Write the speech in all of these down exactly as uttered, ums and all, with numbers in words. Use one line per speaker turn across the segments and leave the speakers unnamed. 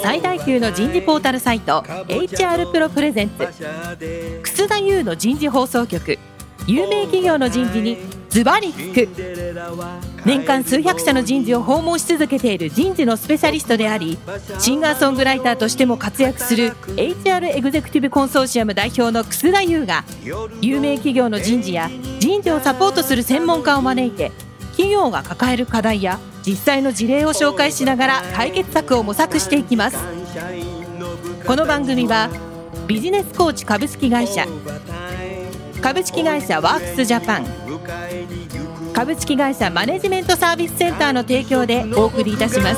最大級の人事ポータルサイト エイチアール プロプレゼンツ楠田優の人事放送局。有名企業の人事にズバリ聞く。年間数百社の人事を訪問し続けている人事のスペシャリストであり、シンガーソングライターとしても活躍する エイチアール エグゼクティブコンソーシアム代表の楠田優が、有名企業の人事や人事をサポートする専門家を招いて、企業が抱える課題や実際の事例を紹介しながら解決策を模索していきます。この番組はビジネスコーチ株式会社、株式会社ワークスジャパン、株式会社マネジメントサービスセンターの提供でお送りいたします。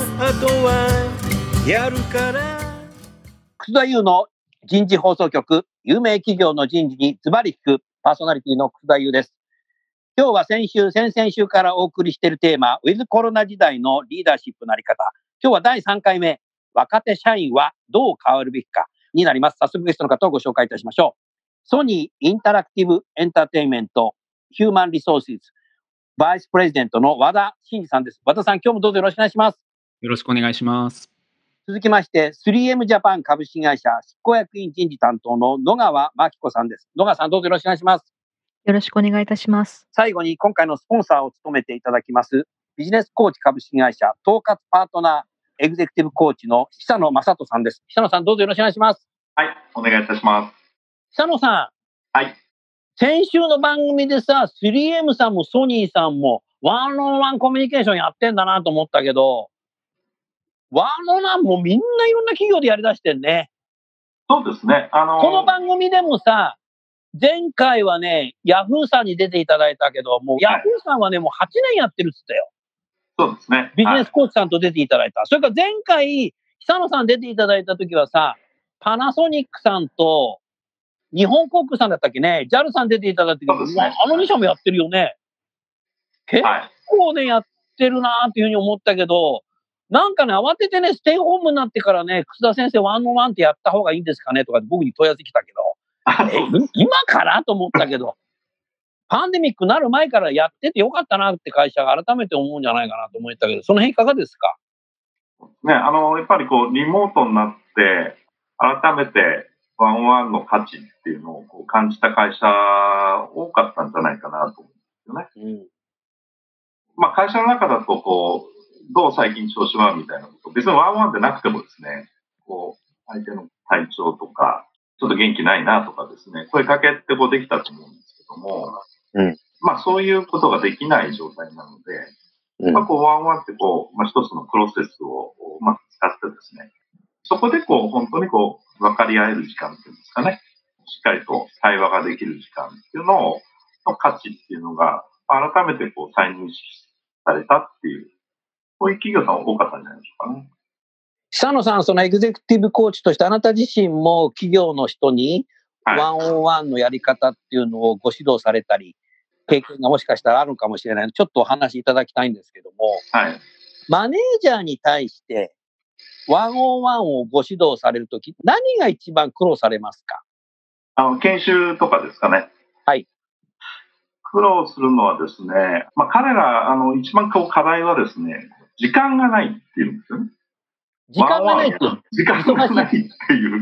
楠田優の人事放送局、有名企業の人事にズバリ聞く。パーソナリティの楠田優です。今日は先週先々週からお送りしているテーマ、ウィズコロナ時代のリーダーシップのあり方。今日はだいさんかいめ、若手社員はどう変わるべきかになります。早速ゲストの方をご紹介いたしましょう。ソニーインタラクティブエンターテインメントヒューマンリソースバイスプレジデントの和田真二さんです。和田さん、今日もどうぞよろしくお願いします。
よろしくお願いします。
続きまして スリーエム ジャパン株式会社執行役員人事担当の野川真紀子さんです。野川さん、どうぞよろしくお願いします。
よろしくお願いいたします。
最後に今回のスポンサーを務めていただきますビジネスコーチ株式会社統括パートナーエグゼクティブコーチの久野正人さんです。久野さん、どうぞよろしくお願いします。
はい、お願いいたします。
久野さん、
はい。
先週の番組でさ、スリーエム さんもソニーさんもワンオンワンコミュニケーションやってんだなと思ったけど、ワンオンワンもみんないろんな企業でやりだしてんね。
そうですね。あのー、
この番組でもさ、前回はね、ヤフーさんに出ていただいたけど、もうヤフーさんはね、もうはちねんやってるっつったよ。
そうですね。
ビジネスコーチさんと出ていただいた。はい、それから前回、久野さん出ていただいた時はさ、パナソニックさんと日本航空さんだったっけね、ジャル さん出ていただいた時、ね、あのに社もやってるよね。結構ね、やってるなーっていうふうに思ったけど、なんかね、慌ててね、ステイホームになってからね、楠田先生ワンオンワンってやった方がいいんですかねとか僕に問い合わせてきたけど、え今からと思ったけど、パンデミックになる前からやっててよかったなって会社が改めて思うんじゃないかなと思ったけど、その辺いかがですか？
ね、あの、やっぱりこう、リモートになって、改めてワンオンワンの価値っていうのをこう感じた会社多かったんじゃないかなと思うんですよね。うん、まあ会社の中だとこう、どう最近調子はみたいなこと、別にワンオンワンでなくてもですね、こう、相手の体調とか、ちょっと元気ないなとかですね、声かけってこうできたと思うんですけども、うん、まあそういうことができない状態なので、うん、まあこうワンオンワンってこう、まあ一つのプロセスをうまく使ってですね、そこでこう本当にこう分かり合える時間っていうんですかね、しっかりと対話ができる時間っていうのを、の価値っていうのが改めてこう再認識されたっていう、そういう企業さん多かったんじゃないでしょうかね。
久野さん、そのエグゼクティブコーチとしてあなた自身も企業の人にワンオンワンのやり方っていうのをご指導されたり、経験がもしかしたらあるかもしれないので、ちょっとお話しいただきたいんですけども、はい、マネージャーに対してワンオンワンをご指導されるとき、何が一番苦労されますか？
あの、研修とかですかね。
はい。
苦労するのはですね、まあ、彼ら、あの、一番こう課題はですね、時間がないっていうんですよね。
時間がないって
時間がないっていう、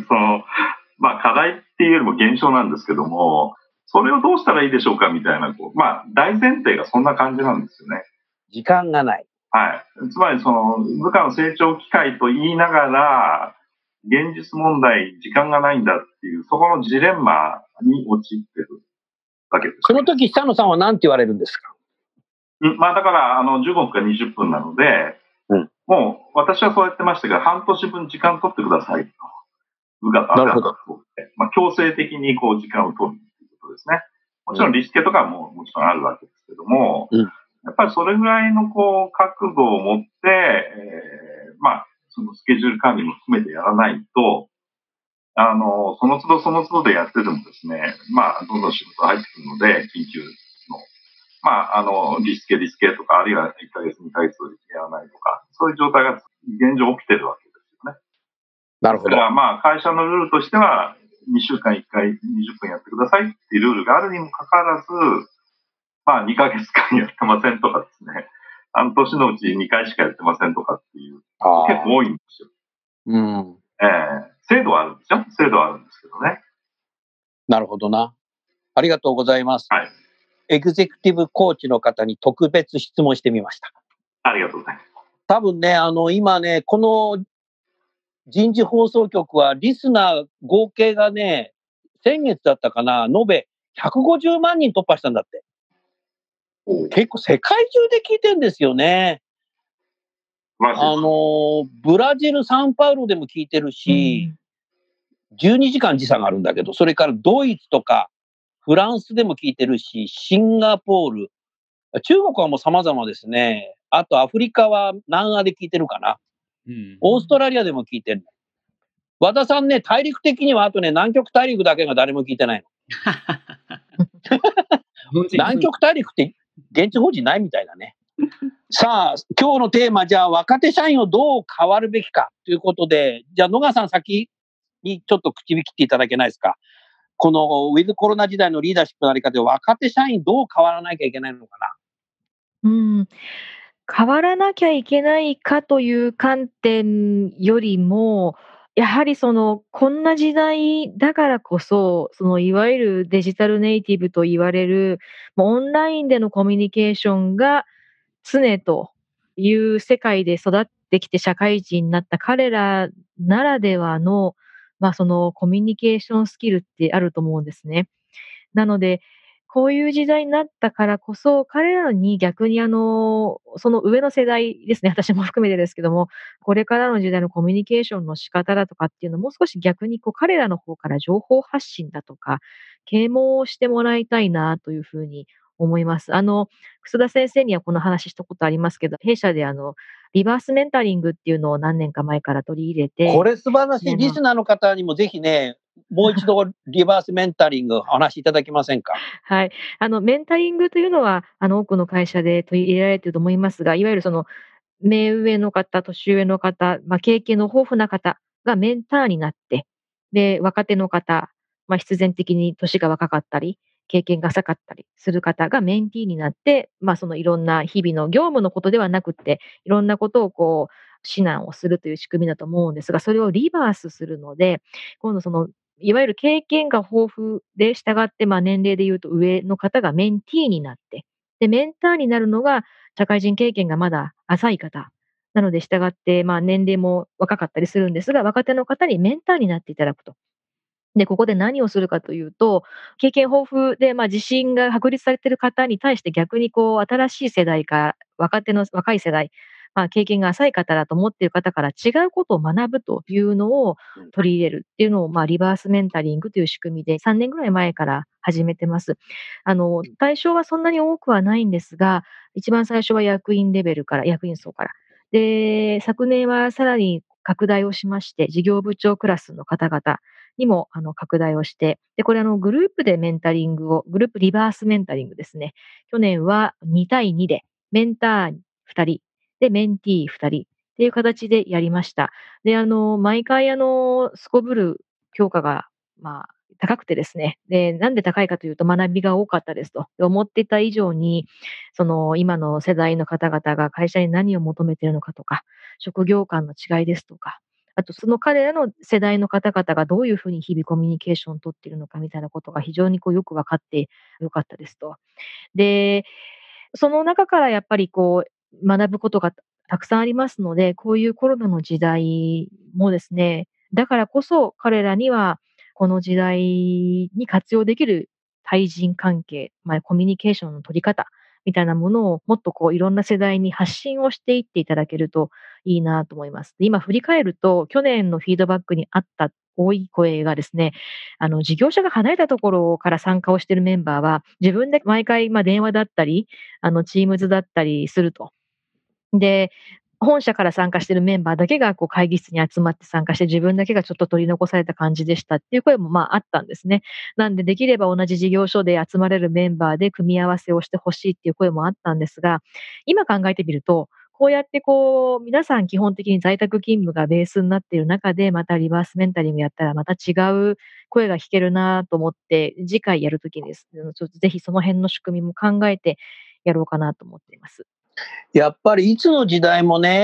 その、まあ、課題っていうよりも現象なんですけども、それをどうしたらいいでしょうかみたいな、こう、まあ、大前提がそんな感じなんですよね。
時間がない。
はい。つまり、その、部下の成長機会と言いながら、現実問題、時間がないんだっていう、そこのジレンマに陥ってるわけです、ね。
その時、久野さんは何て言われるんですか？
うん、まあ、だから、あの、じゅうごふんかにじゅっぷんなので、うん、もう、私はそうやってましたけど、半年分時間取ってくださいと。部下と赤が取って、まあ、強制的にこう、時間を取るということですね。もちろん、リスケとかももちろんあるわけですけども、うん、やっぱりそれぐらいのこう、覚悟を持って、えー、まあ、そのスケジュール管理も含めてやらないと、あの、その都度その都度でやっててもですね、まあ、どんどん仕事が入ってくるので、緊急の。まあ、あの、リスケリスケとか、あるいはいっかげつ、にかげつやらないとか、そういう状態が現状起きてるわけですよね。
なるほど。
だからまあ、会社のルールとしては、にしゅうかんいっかいにじゅっぷんやってくださいっていうルールがあるにもかかわらず、まあ、にかげつかんやってませんとかですね、半年のうちにかいしかやってませんとかっていう、結構多いんですよ。
うん。
えー、制度はあるんですよ。制度はあるんですけどね。
なるほどな。ありがとうございます。
はい。
エグゼクティブコーチの方に特別質問してみました。
ありがとうございます。
多分ね、あの、今ね、この人事放送局はリスナー合計がね、先月だったかな、延べひゃくごじゅうまんにん突破したんだって。結構世界中で聞いてるんですよね。あの、ブラジル・サンパウロでも聞いてるし、うん、じゅうにじかん時差があるんだけど、それからドイツとかフランスでも聞いてるし、シンガポール、中国はもう様々ですね。あとアフリカは南アで聞いてるかな。うん、オーストラリアでも聞いてる。和田さんね、大陸的にはあとね、南極大陸だけが誰も聞いてないの。南極大陸って現地法人ないみたいだね。さあ、今日のテーマ、じゃあ若手社員をどう変わるべきかということで、じゃあ野川さん先にちょっと口火切っていただけないですか。このウィズコロナ時代のリーダーシップのあり方で若手社員どう変わらなきゃいけないのか
な。うん。変わらなきゃいけないかという観点よりも、やはりその、こんな時代だからこそ、そのいわゆるデジタルネイティブと言われる、オンラインでのコミュニケーションが常という世界で育ってきて社会人になった彼らならではの、まあそのコミュニケーションスキルってあると思うんですね。なので、こういう時代になったからこそ、彼らに逆にあの、その上の世代ですね、私も含めてですけども、これからの時代のコミュニケーションの仕方だとかっていうのをもう少し逆にこう彼らの方から情報発信だとか、啓蒙をしてもらいたいなというふうに思います。あの、楠田先生にはこの話したことありますけど、弊社であの、リバースメンタリングっていうのを何年か前から取り入れて。
これ素晴らしい。リスナーの方にもぜひね、もう一度リバースメンタリングお話しいただけませんか。
はい。あの、メンタリングというのは、あの、多くの会社で取り入れられていると思いますが、いわゆるその、目上の方、年上の方、まあ、経験の豊富な方がメンターになって、で、若手の方、まあ、必然的に年が若かったり、経験が浅かったりする方がメンティーになって、まあ、そのいろんな日々の業務のことではなくて、いろんなことをこう、指南をするという仕組みだと思うんですが、それをリバースするので、今度その、いわゆる経験が豊富で、従って、まあ、年齢で言うと上の方がメンティーになって、で、メンターになるのが、社会人経験がまだ浅い方。なので、従って、まあ、年齢も若かったりするんですが、若手の方にメンターになっていただくと。で、ここで何をするかというと、経験豊富で、まあ、自信が確立されている方に対して逆にこう、新しい世代か、若手の若い世代、まあ、経験が浅い方だと思っている方から違うことを学ぶというのを取り入れるっていうのを、まあ、リバースメンタリングという仕組みでさんねんぐらい前から始めてます。あの、対象はそんなに多くはないんですが、一番最初は役員レベルから、役員層から。で、昨年はさらに拡大をしまして、事業部長クラスの方々にもあの拡大をして、で、これあのグループでメンタリングを、グループリバースメンタリングですね。去年はに対にで、メンターふたり、で、メンティーふたりっていう形でやりました。で、あの、毎回あの、すこぶる評価が、まあ、高くてですね。で、なんで高いかというと学びが多かったですと。で思っていた以上に、その今の世代の方々が会社に何を求めているのかとか、職業間の違いですとか、あとその彼らの世代の方々がどういうふうに日々コミュニケーションを取っているのかみたいなことが非常にこうよく分かってよかったですと。で、その中からやっぱりこう学ぶことがたくさんありますので、こういうコロナの時代もですね、だからこそ彼らにはこの時代に活用できる対人関係、まあ、コミュニケーションの取り方みたいなものをもっとこういろんな世代に発信をしていっていただけるといいなと思います。今振り返ると、去年のフィードバックにあった多い声がですね、あの事業者が離れたところから参加をしているメンバーは、自分で毎回まあ電話だったり、あの Teams だったりすると。で、本社から参加しているメンバーだけがこう会議室に集まって参加して、自分だけがちょっと取り残された感じでしたっていう声もまああったんですね。なんでできれば同じ事業所で集まれるメンバーで組み合わせをしてほしいっていう声もあったんですが、今考えてみると、こうやってこう、皆さん基本的に在宅勤務がベースになっている中で、またリバースメンタリングやったらまた違う声が聞けるなと思って、次回やるときにです、ちょっとぜひその辺の仕組みも考えてやろうかなと思っています。
やっぱりいつの時代もね、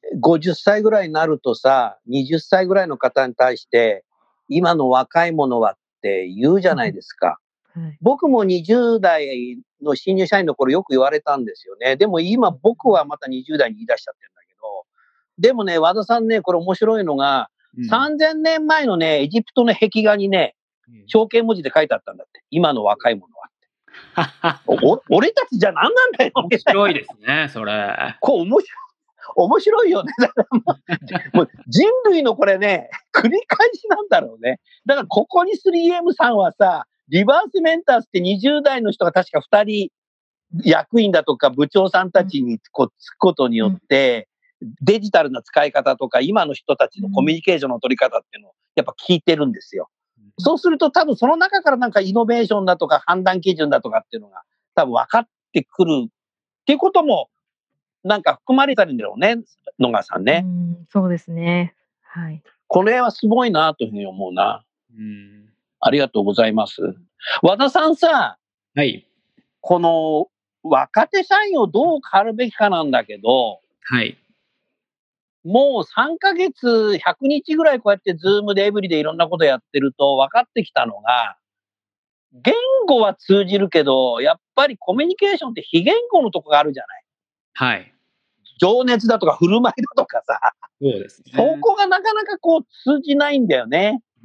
ごじゅっさいぐらいになるとさ、はたちぐらいの方に対して、今の若い者はって言うじゃないですか。
はい、
僕もにじゅう代の新入社員の頃よく言われたんですよね。でも今僕はまたにじゅう代に言い出しちゃってるんだけど、でもね、和田さんね、これ面白いのが、うん、さんぜんねんまえのね、エジプトの壁画にね、象形文字で書いてあったんだって。今の若い者はって。お俺たちじゃ何なんだよ。
面白いですね、それ。
こう面白い。面白いよね。だからもう、もう人類のこれね、繰り返しなんだろうね。だからここに スリーエム さんはさ、リバースメンターズってにじゅう代の人が確かふたり役員だとか部長さんたちにこうつくことによって、デジタルな使い方とか今の人たちのコミュニケーションの取り方っていうのをやっぱ聞いてるんですよ。そうすると多分その中からなんかイノベーションだとか判断基準だとかっていうのが多分分かってくるっていうこともなんか含まれてるんだろうね、野川さんね。
うん、そうですね。はい。
これはすごいなというふうに思うな。うん、ありがとうございます。和田さんさ、
はい。
この若手社員をどう変わるべきかなんだけど、
はい。
もうさんかげつ、ひゃくにちぐらいこうやってズームでエブリでいろんなことやってると分かってきたのが、言語は通じるけど、やっぱりコミュニケーションって非言語のとこがあるじゃない。
はい。
情熱だとか振る舞いだとかさ。
そうですね。
そこがなかなかこう通じないんだよね。
うん。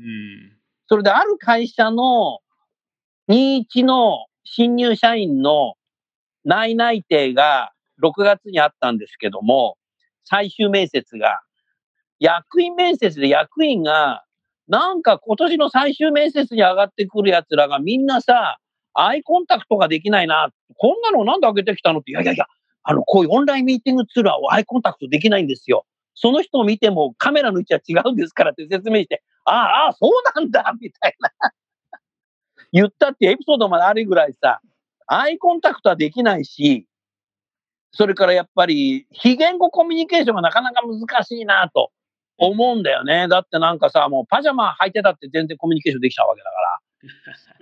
それである会社のにじゅういちの新入社員の内内定がろくがつにあったんですけども、最終面接が、役員面接で役員が、なんか今年の最終面接に上がってくる奴らがみんなさ、アイコンタクトができないな。こんなのなんで上げてきたのって、いやいやいや、あの、こういうオンラインミーティングツールはアイコンタクトできないんですよ。その人を見てもカメラの位置は違うんですからって説明して、ああ、ああ、そうなんだみたいな。言ったってエピソードまであるぐらいさ、アイコンタクトはできないし、それからやっぱり非言語コミュニケーションがなかなか難しいなと思うんだよね。だってなんかさ、もうパジャマ履いてたって全然コミュニケーションできちゃうわけだから。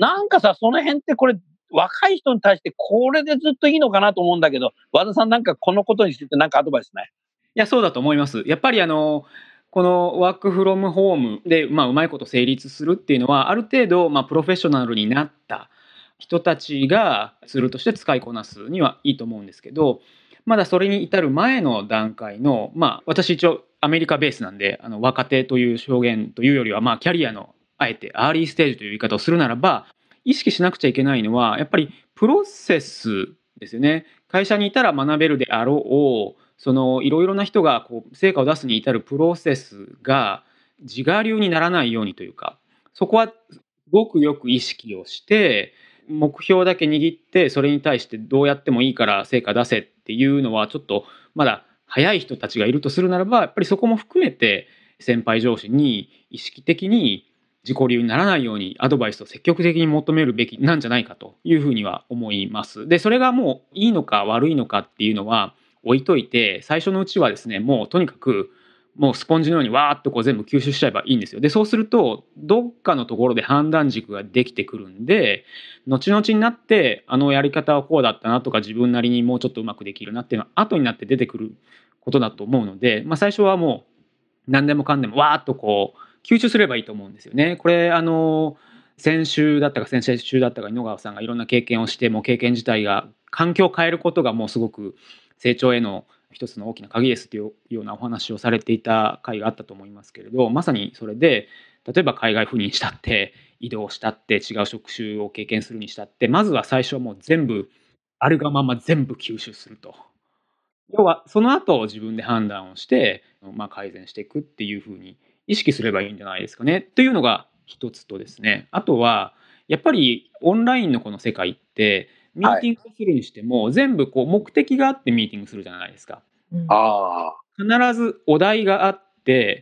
なんかさ、その辺ってこれ若い人に対してこれでずっといいのかなと思うんだけど、和田さんなんかこのことについてなんかアドバイスない？
いや、そうだと思います。やっぱりあの、このワークフロムホームで、まあ、うまいこと成立するっていうのは、ある程度、まあ、プロフェッショナルになった人たちがツールとして使いこなすにはいいと思うんですけど、まだそれに至る前の段階の、まあ、私一応アメリカベースなんで、あの若手という表現というよりは、まあ、キャリアのあえてアーリーステージという言い方をするならば、意識しなくちゃいけないのはやっぱりプロセスですよね。会社にいたら学べるであろう、そのいろいろな人がこう成果を出すに至るプロセスが自我流にならないようにというか、そこはすごくよく意識をして目標だけ握ってそれに対してどうやってもいいから成果出せっていうのはちょっとまだ早い人たちがいるとするならば、やっぱりそこも含めて先輩上司に意識的に自己流にならないようにアドバイスを積極的に求めるべきなんじゃないかというふうには思います。で、それがもういいのか悪いのかっていうのは置いといて、最初のうちはですね、もうとにかくもうスポンジのようにわーっとこう全部吸収しちゃえばいいんですよ。で、そうするとどっかのところで判断軸ができてくるんで、後々になってあのやり方はこうだったなとか、自分なりにもうちょっとうまくできるなっていうのは後になって出てくることだと思うので、まあ、最初はもう何でもかんでもわーっとこう吸収すればいいと思うんですよね。これあの先週だったか先々週だったか井ノ川さんがいろんな経験をして、もう経験自体が環境を変えることがもうすごく成長への一つの大きな鍵ですというようなお話をされていた回があったと思いますけれど、まさにそれで、例えば海外赴任したって移動したって違う職種を経験するにしたって、まずは最初はもう全部あるがまま全部吸収すると。要はその後自分で判断をして、まあ、改善していくっていうふうに意識すればいいんじゃないですかねというのが一つとですね、あとはやっぱりオンラインのこの世界ってミーティングするにしても、はい、全部こう目的があってミーティングするじゃないですか。
うん、あ
必ずお題があって、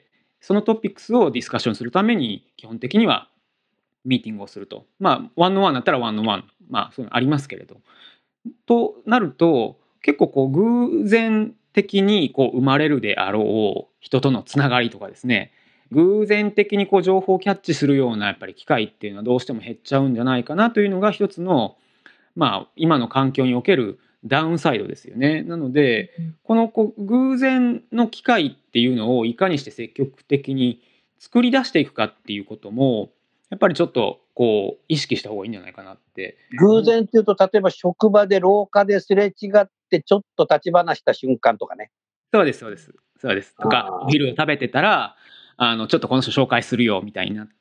そのトピックスをディスカッションするために基本的にはミーティングをすると。まあワンオンワンだったらワンオンワン、まあそういうのありますけれど。となると結構こう偶然的にこう生まれるであろう人とのつながりとかですね、偶然的にこう情報をキャッチするようなやっぱり機会っていうのはどうしても減っちゃうんじゃないかなというのが一つの、まあ、今の環境におけるダウンサイドですよね。なのでこのこう偶然の機会っていうのをいかにして積極的に作り出していくかっていうこともやっぱりちょっとこう意識した方がいいんじゃないかなって。
偶然っていうと、例えば職場で廊下ですれ違ってちょっと立ち話した瞬間とかね。
そうですそうですそうです。とかお昼を食べてたらあのちょっとこの人紹介するよみたいになって、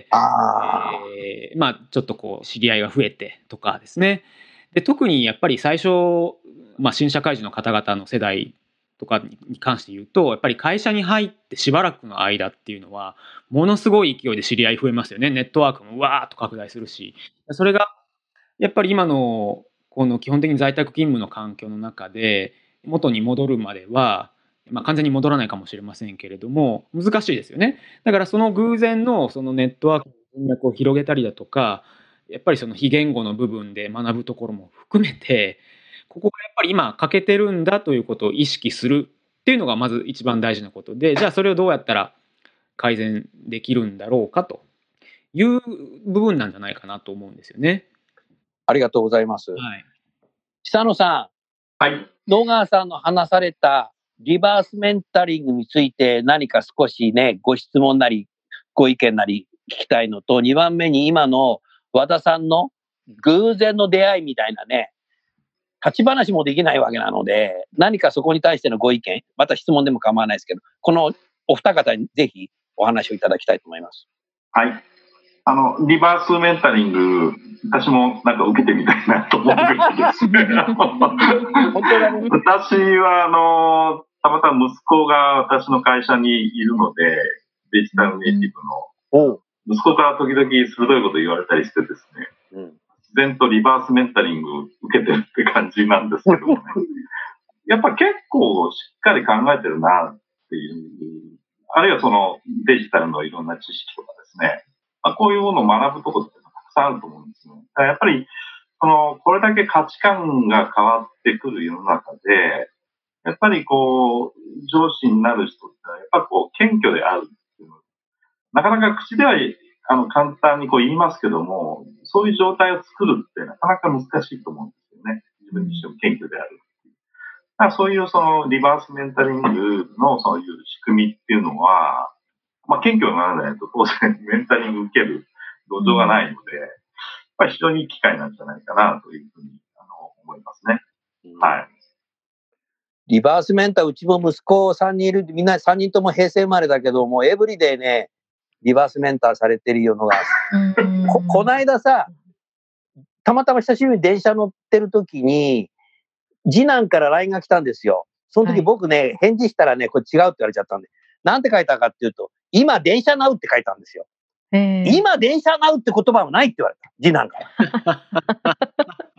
あ、
えー、まあちょっとこう知り合いが増えてとかですね。で特にやっぱり最初、まあ、新社会人の方々の世代とかに関して言うとやっぱり会社に入ってしばらくの間っていうのはものすごい勢いで知り合い増えますよね。ネットワークもわーっと拡大するし、それがやっぱり今のこの基本的に在宅勤務の環境の中で元に戻るまでは、まあ、完全に戻らないかもしれませんけれども難しいですよね。だからその偶然のそのネットワークの人脈を広げたりだとかやっぱりその非言語の部分で学ぶところも含めてここがやっぱり今欠けてるんだということを意識するっていうのがまず一番大事なことで、じゃあそれをどうやったら改善できるんだろうかという部分なんじゃないかなと思うんですよね。
ありがとうございます。
はい、
久野さ
ん、はい、
野川さんの話されたリバースメンタリングについて何か少しねご質問なりご意見なり聞きたいのと、にばんめに今の和田さんの偶然の出会いみたいなね立ち話もできないわけなので、何かそこに対してのご意見また質問でも構わないですけど、このお二方にぜひお話をいただきたいと思います。
はい、あのリバースメンタリング私もなんか受けてみたいなと思うぐらいですね。
本当だね。
私はあのたまたま息子が私の会社にいるのでデジタルネイティブの、うん、息子から時々鋭いこと言われたりしてですね、うん、自然とリバースメンタリング受けてるって感じなんですけどもね。やっぱ結構しっかり考えてるなっていう、あるいはそのデジタルのいろんな知識とかですね、まあ、こういうものを学ぶところってたくさんあると思うんですよ。だからやっぱりそのこれだけ価値観が変わってくる世の中で、やっぱりこう上司になる人ってやっぱこう謙虚であるっていうの、なかなか口ではあの簡単にこう言いますけども、そういう状態を作るってなかなか難しいと思うんですよね。自分自身も謙虚である。だからそういうそのリバースメンタリングのそういう仕組みっていうのは、まあ謙虚にならないと当然メンタリング受ける土壌がないので、やっぱり非常にいい機会なんじゃないかなというふうにあの思いますね。はい。
リバースメンター、うちも息子さんにんいる、みんなさんにんとも平成生まれだけども、エブリデイね、リバースメンターされてるのが、こ、こないださ、たまたま久しぶりに電車乗ってる時に、次男から ライン が来たんですよ。その時僕ね、はい、返事したらね、これ違うって言われちゃったんで、なんて書いたかっていうと、今電車ナウって書いたんですよ。今電車ナウって言葉はないって言われた、次男から。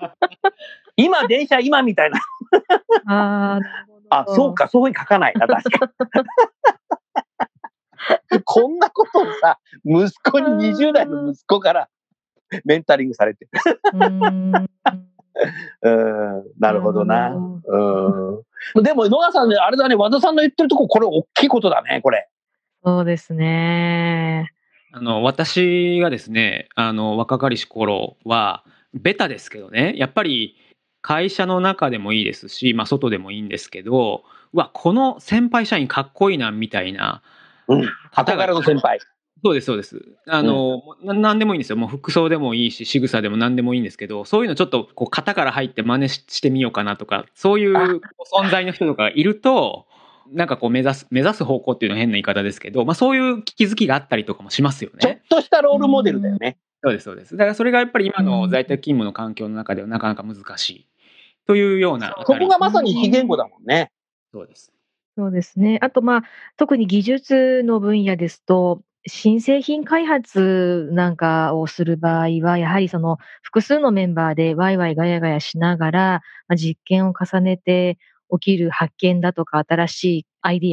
今電車今みたいな。ああ、そうか、そういうふうに書かないな、確かに。こんなことをさ、息子ににじゅう代の息子からメンタリングされてる。うん、なるほどな。うん。でも野川さんね、あれだね、和田さんの言ってるとこ、これ大きいことだね、これ。
そうですね。
あの私がですね、あの若かりし頃はベタですけどね、やっぱり会社の中でもいいですし、まあ、外でもいいんですけど、うわこの先輩社員かっこいいなみたいな、
うん、憧れの先輩。
そうですそうです。あの、うん、何でもいいんですよ。もう服装でもいいし仕草でも何でもいいんですけど、そういうのちょっとこう型から入って真似してみようかなとか、そういう存在の人とかいるとなんかこう目指す目指す方向っていうのは変な言い方ですけど、まあ、そういう気づきがあったりとかもしますよね。
ちょっとしたロールモデルだよね。
そうですそうです。だからそれがやっぱり今の在宅勤務の環境の中ではなかなか難しいというような。
そこがまさに非言語だもんね。
そうです。
そうですね。あとまあ特に技術の分野ですと、新製品開発なんかをする場合は、やはりその複数のメンバーでワイワイガヤガヤしながら、まあ、実験を重ねて起きる発見だとか新しいアイディアっ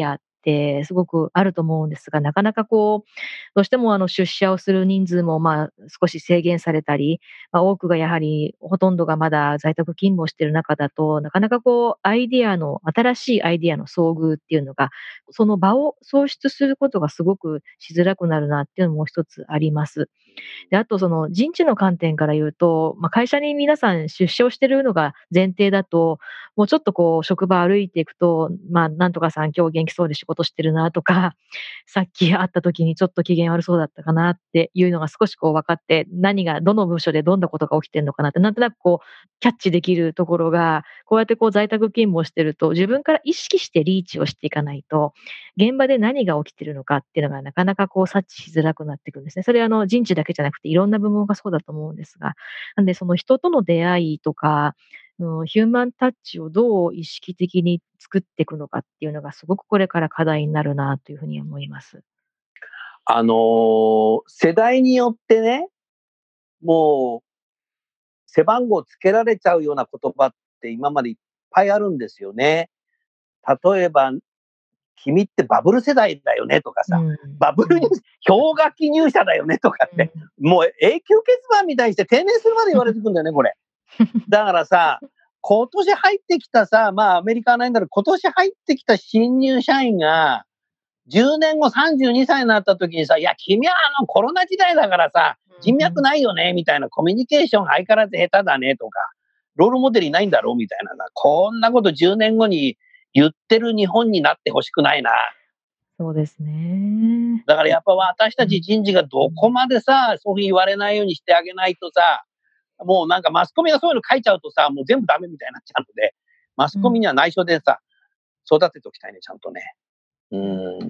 ってすごくあると思うんですが、なかなかこう、どうしてもあの出社をする人数もまあ少し制限されたり、まあ、多くがやはりほとんどがまだ在宅勤務をしている中だと、なかなかこうアイデアの新しいアイデアの遭遇っていうのが、その場を創出することがすごくしづらくなるなっていうのももう一つあります。で、あとその人事の観点から言うと、まあ、会社に皆さん出社をしているのが前提だと、もうちょっとこう職場歩いていくと、まあ、なんとかさん今日元気そうで仕事してるなとか、さっき会った時にちょっと機嫌悪そうだったかなっていうのが少しこう分かって、何がどの部署でどんなことが起きてるのかなって、なんとなくこうキャッチできるところが、こうやってこう在宅勤務をしてると、自分から意識してリーチをしていかないと、現場で何が起きてるのかっていうのがなかなかこう察知しづらくなってくるんですね。それはあの人事だけじゃなくていろんな部門がそうだと思うんですが、なんでその人との出会いとか、うん、ヒューマンタッチをどう意識的に作っていくのかっていうのがすごくこれから課題になるなというふうに思います。
あのー世代によってね、もう背番号つけられちゃうような言葉って今までいっぱいあるんですよね。例えば、君ってバブル世代だよねとかさ、
うん。
バブル入、氷河期入社だよねとかって、もう永久欠番みたいにして定年するまで言われてくんだよね、これ。だからさ、今年入ってきたさ、まあアメリカはないんだけど、今年入ってきた新入社員が、じゅうねんごさんじゅうにさいになった時にさ、いや、君はあのコロナ時代だからさ、人脈ないよね、みたいな、コミュニケーション相変わらず下手だね、とか、ロールモデルいないんだろうみたいな、こんなことじゅうねんごに言ってる日本になってほしくないな。
そうですね。
だからやっぱ私たち人事がどこまでさ、そういうふうに言われないようにしてあげないとさ、もうなんかマスコミがそういうの書いちゃうとさ、もう全部ダメみたいになっちゃうので、マスコミには内緒でさ、育てておきたいね、ちゃんとね。うん。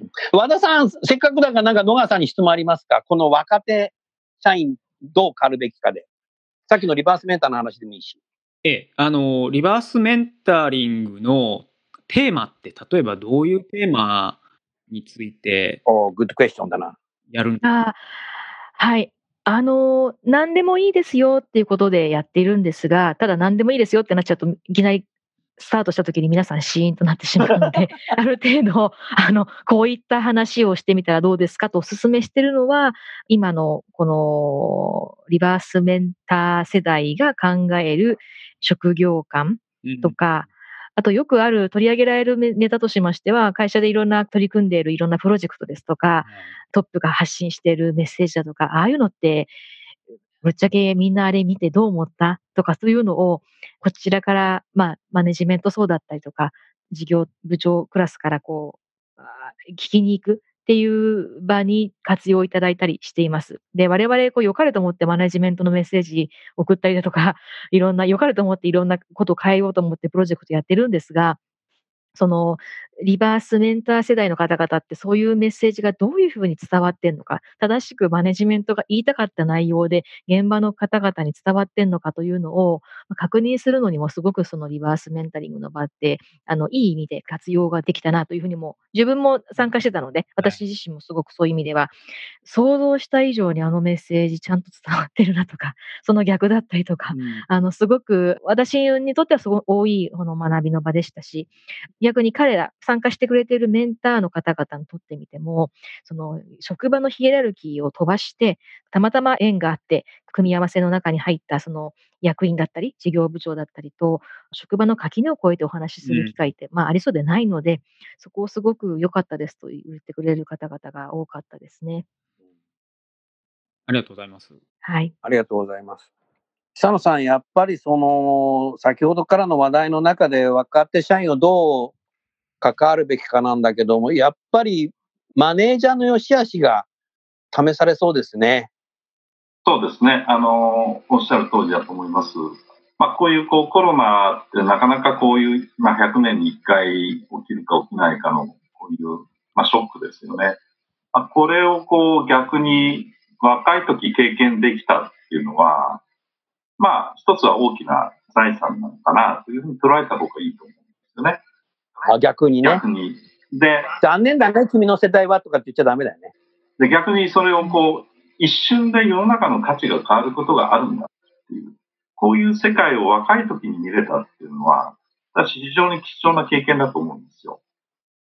和田さん、せっかくだからなんか野川さんに質問ありますか？この若手社員どう変わるべきかで。さっきのリバースメンターの話でもいいし。
ええ、あの、リバースメンタリングのテーマって、例えばどういうテーマについて
おー、グッドクエスチョンだな。
やるん
ああ、はい。あの、何でもいいですよっていうことでやっているんですが、ただ何でもいいですよってなっちゃうと、いきなりスタートした時に皆さんシーンとなってしまうので、ある程度、あの、こういった話をしてみたらどうですかとお勧めしてるのは、今のこのリバースメンター世代が考える職業観とか、あとよくある取り上げられるネネタとしましては、会社でいろんな取り組んでいるいろんなプロジェクトですとか、トップが発信しているメッセージだとか、ああいうのって、ぶっちゃけみんなあれ見てどう思ったとかそういうのを、こちらから、まあ、マネジメント層だったりとか、事業部長クラスからこう、あー聞きに行くっていう場に活用いただいたりしています。で、我々こう良かれと思ってマネジメントのメッセージ送ったりだとか、いろんな良かれと思っていろんなことを変えようと思ってプロジェクトやってるんですが、その、リバースメンター世代の方々ってそういうメッセージがどういうふうに伝わってんのか、正しくマネジメントが言いたかった内容で、現場の方々に伝わってんのかというのを、ま、確認するのにもすごくそのリバースメンタリングの場って、あの、いい意味で活用ができたなというふうにも、自分も参加してたので、私自身もすごくそういう意味では、想像した以上にあのメッセージちゃんと伝わってるなとか、その逆だったりとか、あの、すごく私にとってはすごい多いこの学びの場でしたし、逆に彼ら、参加してくれているメンターの方々にとってみても、その職場のヒエラルキーを飛ばして、たまたま縁があって、組み合わせの中に入ったその役員だったり、事業部長だったりと、職場の垣根を越えてお話しする機会って、まあ、ありそうでないので、そこをすごく良かったですと言ってくれる方々が多かったですね。
ありがとうございます。
はい。
ありがとうございます。久野さん、やっぱりその、先ほどからの話題の中で若手社員をどう関わるべきかなんだけども、やっぱりマネージャーの良し悪しが試されそうですね。
そうですね。あの、おっしゃる通りだと思います。まあ、こういう、こう、コロナってなかなかこういう、まあ、ひゃくねんにいっかい起きるか起きないかの、こういう、まあ、ショックですよね。まあ、これをこう、逆に若い時経験できたっていうのは、まあ、一つは大きな財産なのかなというふうに捉えた方がいいと思うんですよね。
あ、逆にね。
逆に。で、
残念だね、君の世代はとかって言っちゃダメだよね。
で逆にそれをこう、一瞬で世の中の価値が変わることがあるんだっていう、こういう世界を若い時に見れたっていうのは、私非常に貴重な経験だと思うんですよ。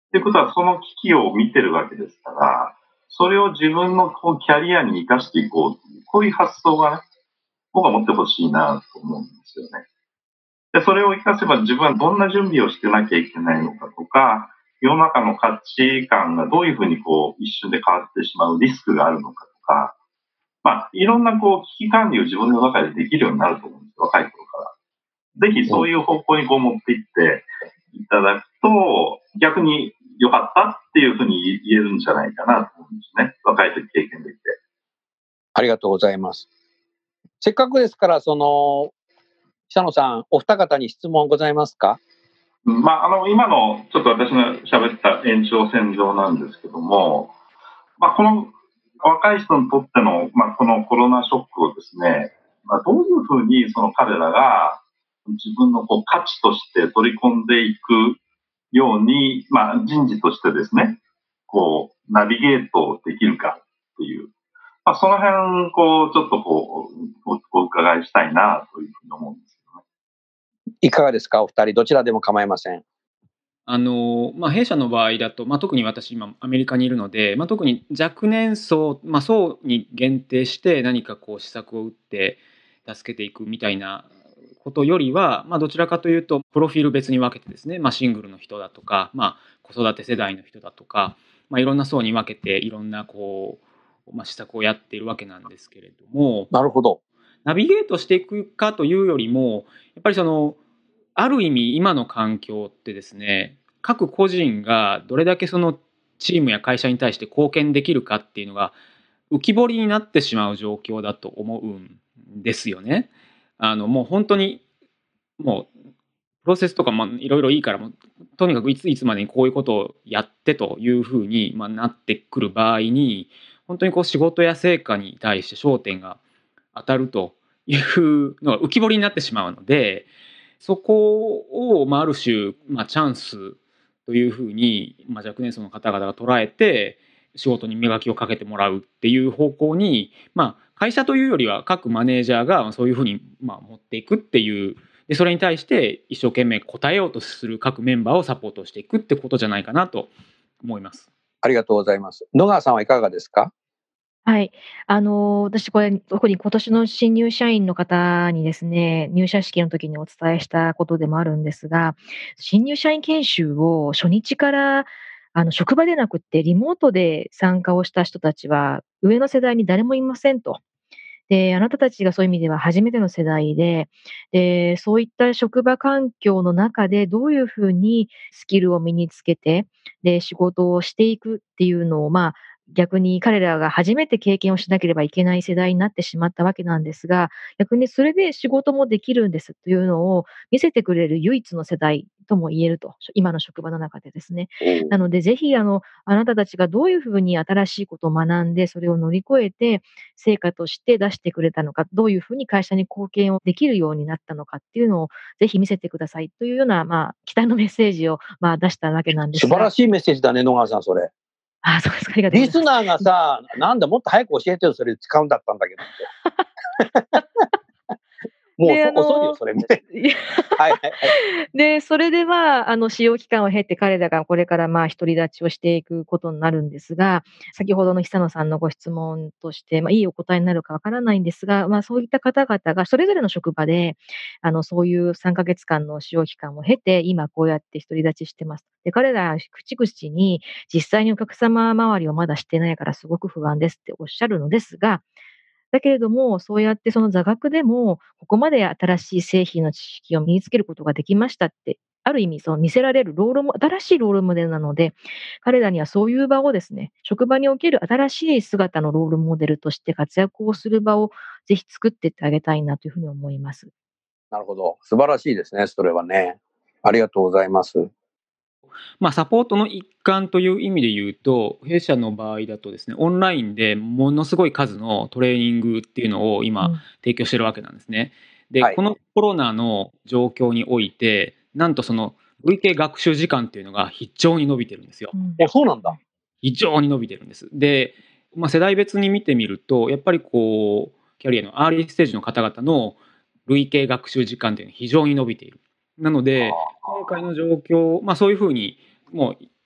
っていうことは、その危機を見てるわけですから、それを自分のこうキャリアに生かしていこうという、こういう発想がね、僕は持ってほしいなと思うんですよね。で、それを生かせば自分はどんな準備をしてなきゃいけないのかとか、世の中の価値観がどういうふうにこう一瞬で変わってしまうリスクがあるのかとか、まあ、いろんなこう危機管理を自分の中でできるようになると思うんですよ、若い頃から。ぜひそういう方向にこう持っていっていただくと、逆に良かったっていうふうに言えるんじゃないかなと思うんですね。若い時経験できて。
ありがとうございます。せっかくですから、その、久野さん、お二方に質問ございますか？
まあ、あの、今のちょっと私が喋った延長線上なんですけども、まあ、この若い人にとっての、まあ、このコロナショックをですね、まあ、どういうふうにその彼らが自分のこう価値として取り込んでいくように、まあ、人事としてですね、こう、ナビゲートできるかっていう、まあ、その辺、こう、ちょっとこう、お伺いしたいなというふうに思うんですけどね。
いかがですか、お二人、どちらでも構いません。
あのまあ、弊社の場合だと、まあ、特に私今アメリカにいるので、まあ、特に若年層、まあ、層に限定して何かこう施策を打って助けていくみたいなことよりは、まあ、どちらかというとプロフィール別に分けてですね、まあ、シングルの人だとか、まあ、子育て世代の人だとか、まあ、いろんな層に分けていろんなこう、まあ、施策をやっているわけなんですけれども、
なるほど。
ナビゲートしていくかというよりも、やっぱりそのある意味今の環境ってですね、各個人がどれだけそのチームや会社に対して貢献できるかっていうのが浮き彫りになってしまう状況だと思うんですよね。あのもう本当にもうプロセスとかもいろいろいいから、もうとにかくいついつまでにこういうことをやってというふうにまあなってくる場合に、本当にこう仕事や成果に対して焦点が当たるというのが浮き彫りになってしまうので、そこを、まあ、ある種、まあ、チャンスというふうに、まあ、若年層の方々が捉えて仕事に磨きをかけてもらうっていう方向に、まあ、会社というよりは各マネージャーがそういうふうに、まあ、持っていくっていう、でそれに対して一生懸命応えようとする各メンバーをサポートしていくってことじゃないかなと思います。
ありがとうございます。野川さんはいかがですか？
はい。あの、私これ、特に今年の新入社員の方にですね、入社式の時にお伝えしたことでもあるんですが、新入社員研修を初日から、あの、職場でなくってリモートで参加をした人たちは、上の世代に誰もいませんと。で、あなたたちがそういう意味では初めての世代で、で、そういった職場環境の中でどういうふうにスキルを身につけて、で、仕事をしていくっていうのを、まあ、逆に彼らが初めて経験をしなければいけない世代になってしまったわけなんですが、逆にそれで仕事もできるんですというのを見せてくれる唯一の世代とも言えると、今の職場の中でですね。なので、ぜひ、あの、あなたたちがどういうふうに新しいことを学んで、それを乗り越えて、成果として出してくれたのか、どういうふうに会社に貢献をできるようになったのかっていうのを、ぜひ見せてくださいというような、まあ、期待のメッセージを、まあ、出したわけなんですが。
素晴らしいメッセージだね、野川さん、それ。
あ、そうですか。ありがとうございます。
リスナーがさ、なんだ、もっと早く教えてよ、それ使うんだったんだけどって。もう
で、あの
遅いよ、それ見て。はいはいはい。
で、それでは、あの、使用期間を経て彼らがこれからまあ、独り立ちをしていくことになるんですが、先ほどの久野さんのご質問として、まあ、いいお答えになるかわからないんですが、まあ、そういった方々がそれぞれの職場で、あの、そういうさんかげつかんの使用期間を経て、今こうやって独り立ちしてます。で、彼ら口々に実際にお客様周りをまだしてないからすごく不安ですっておっしゃるのですが、だけれども、そうやってその座学でも、ここまで新しい製品の知識を身につけることができましたって、ある意味その見せられるロールも新しいロールモデルなので、彼らにはそういう場をですね、職場における新しい姿のロールモデルとして活躍をする場をぜひ作っていってあげたいなというふうに思います。
なるほど。素晴らしいですね、それはね。ありがとうございます。
まあ、サポートの一環という意味で言うと、弊社の場合だとですね、オンラインでものすごい数のトレーニングっていうのを今、
うん、
提供してるわけなんですね。で、
はい、
このコロナの状況において、なんとその累計学習時間っていうのが非常に伸びてるんですよ。
うん、
え、そうなんだ。
非常に伸びてるんです。で、まあ、世代別に見てみると、やっぱりこうキャリアのアーリーステージの方々の累計学習時間っていうのは非常に伸びている。なので今回の状況、まあ、そういうふうにもう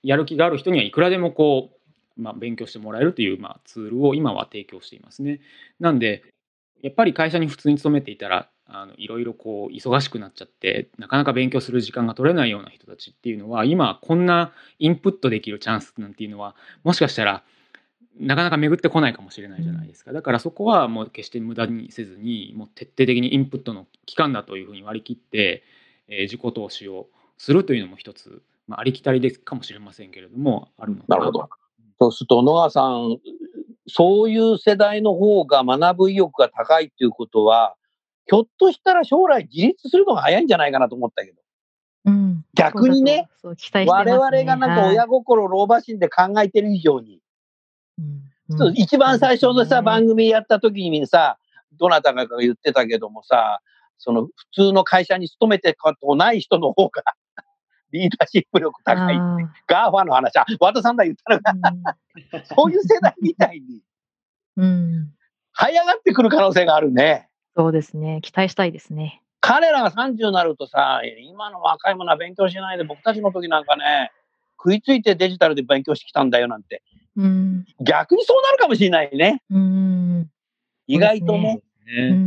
やる気がある人にはいくらでもこう、まあ、勉強してもらえるという、まあ、ツールを今は提供していますね。なんでやっぱり会社に普通に勤めていたらあのいろいろこう忙しくなっちゃってなかなか勉強する時間が取れないような人たちっていうのは今こんなインプットできるチャンスなんていうのはもしかしたらなかなか巡ってこないかもしれないじゃないですか。だからそこはもう決して無駄にせずにもう徹底的にインプットの期間だというふうに割り切って、えー、自己投資をするというのも一つ、まあ、ありきたりですかもしれませんけれどもあるのかな。
なるほど。そうすると野川さん、そういう世代の方が学ぶ意欲が高いということはひょっとしたら将来自立するのが早いんじゃないかなと思ったけど、
うん、
逆にね、
そう期待してますね、
我々がなんか親心、老婆心で考えてる以上に、うん、一番最初のさ、ね、番組やった時にさ、どなたかが言ってたけどもさ、その普通の会社に勤めてことない人の方がリーダーシップ力高いって、ガーファの話、あ、和田さんが言ったのが、うん、そういう世代みたいに、うん、這い上がってくる可能性があるね。
そうですね。期待したいですね。
彼らがさんじゅうになるとさ、今の若い者は勉強しないで、僕たちの時なんかね、食いついてデジタルで勉強してきたんだよなんて。うん、逆にそうなるかもしれないね。うん、意外とね。ね、うん、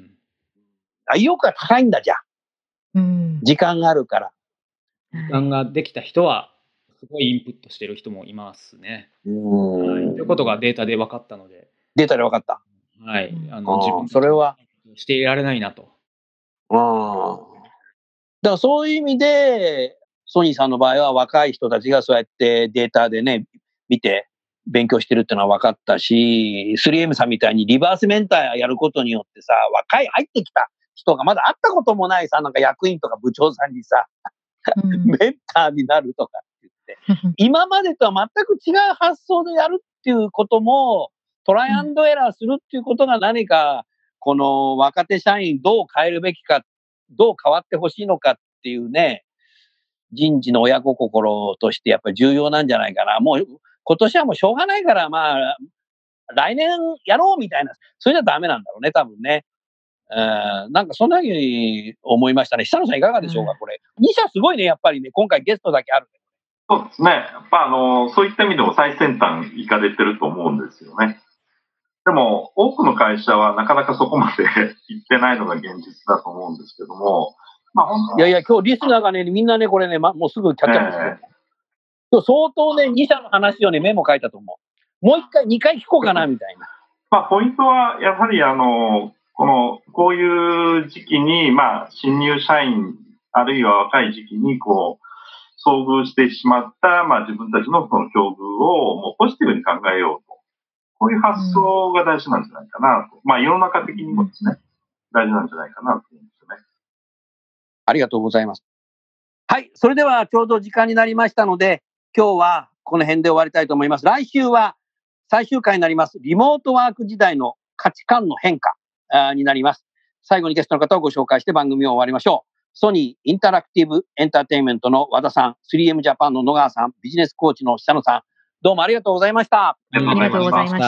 意欲が高いんだじゃ、うん。時間があるから。
時間ができた人は、すごいインプットしてる人もいますね。うん、ということがデータで分かったので。
データで分かった。
はい、あの自分
それは
していられないなと。
あだからそういう意味でソニーさんの場合は若い人たちがそうやってデータでね見て勉強してるっていうのは分かったし、 スリーエム さんみたいにリバースメンターやることによってさ、若い入ってきた人がまだ会ったこともないさ、なんか役員とか部長さんにさ、うん、メンターになるとかって言って今までとは全く違う発想でやるっていうこともトライアンドエラーするっていうことが何かこの若手社員どう変えるべきか、どう変わってほしいのかっていうね、人事の親心としてやっぱり重要なんじゃないかな。もう今年はもうしょうがないからまあ来年やろうみたいな、それじゃダメなんだろうね多分ね。えー、なんかそんなふうに思いましたね。久野さんいかがでしょうかこれ。に社すごいねやっぱりね、今回ゲストだけある。
そうですね。やっぱあのそういった意味でも最先端行かれてると思うんですよね。でも、多くの会社はなかなかそこまで行ってないのが現実だと思うんですけども、まあ、本当い
やいや、今日リスナーがね、みんなね、これね、ま、もうすぐキャッチアップする。えー、今日相当ね、に社の話をね、メモ書いたと思う。もう一回、二回聞こうかな、みたいな。
まあ、ポイントは、やはり、あの、この、こういう時期に、まあ、新入社員、あるいは若い時期に、こう、遭遇してしまった、まあ、自分たちのその境遇を、もうポジティブに考えようと。こういう発想が大事なんじゃないかなと。まあ、世の中的にもですね、大事なんじゃないかなと思うんですよね。
ありがとうございます。はい。それではちょうど時間になりましたので、今日はこの辺で終わりたいと思います。来週は最終回になります。リモートワーク時代の価値観の変化になります。最後にゲストの方をご紹介して番組を終わりましょう。ソニーインタラクティブエンターテインメントの和田さん、スリーエム ジャパンの野川さん、ビジネスコーチの久野さん、どうもありがとうございました。
ありがとうございました。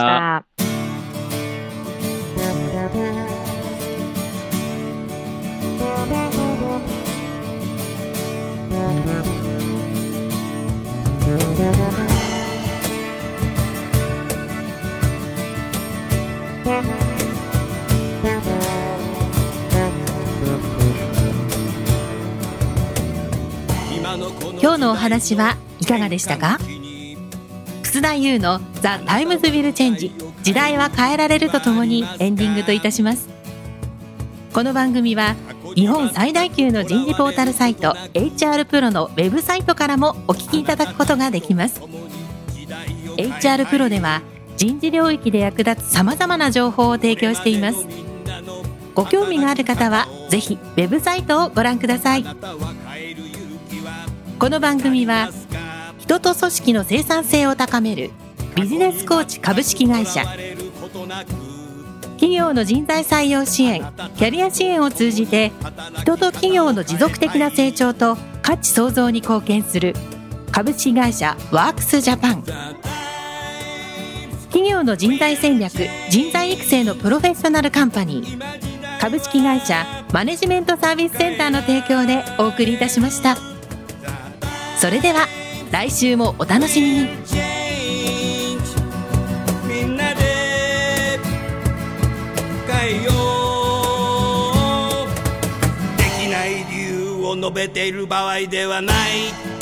今日のお話はいかがでしたか？楠田優の The Times Will Change 時代は変えられるとともにエンディングといたします。この番組は日本最大級の人事ポータルサイト エイチアール プロのウェブサイトからもお聞きいただくことができます。 エイチアール プロでは人事領域で役立つさまざまな情報を提供しています。ご興味がある方はぜひウェブサイトをご覧ください。この番組は人と組織の生産性を高めるビジネスコーチ株式会社、企業の人材採用支援、キャリア支援を通じて人と企業の持続的な成長と価値創造に貢献する株式会社ワークスジャパン、企業の人材戦略、人材育成のプロフェッショナルカンパニー株式会社マネジメントサービスセンターの提供でお送りいたしました。それでは来週もお楽しみに。
みんなで変えよう。できない理由を述べている場合ではない。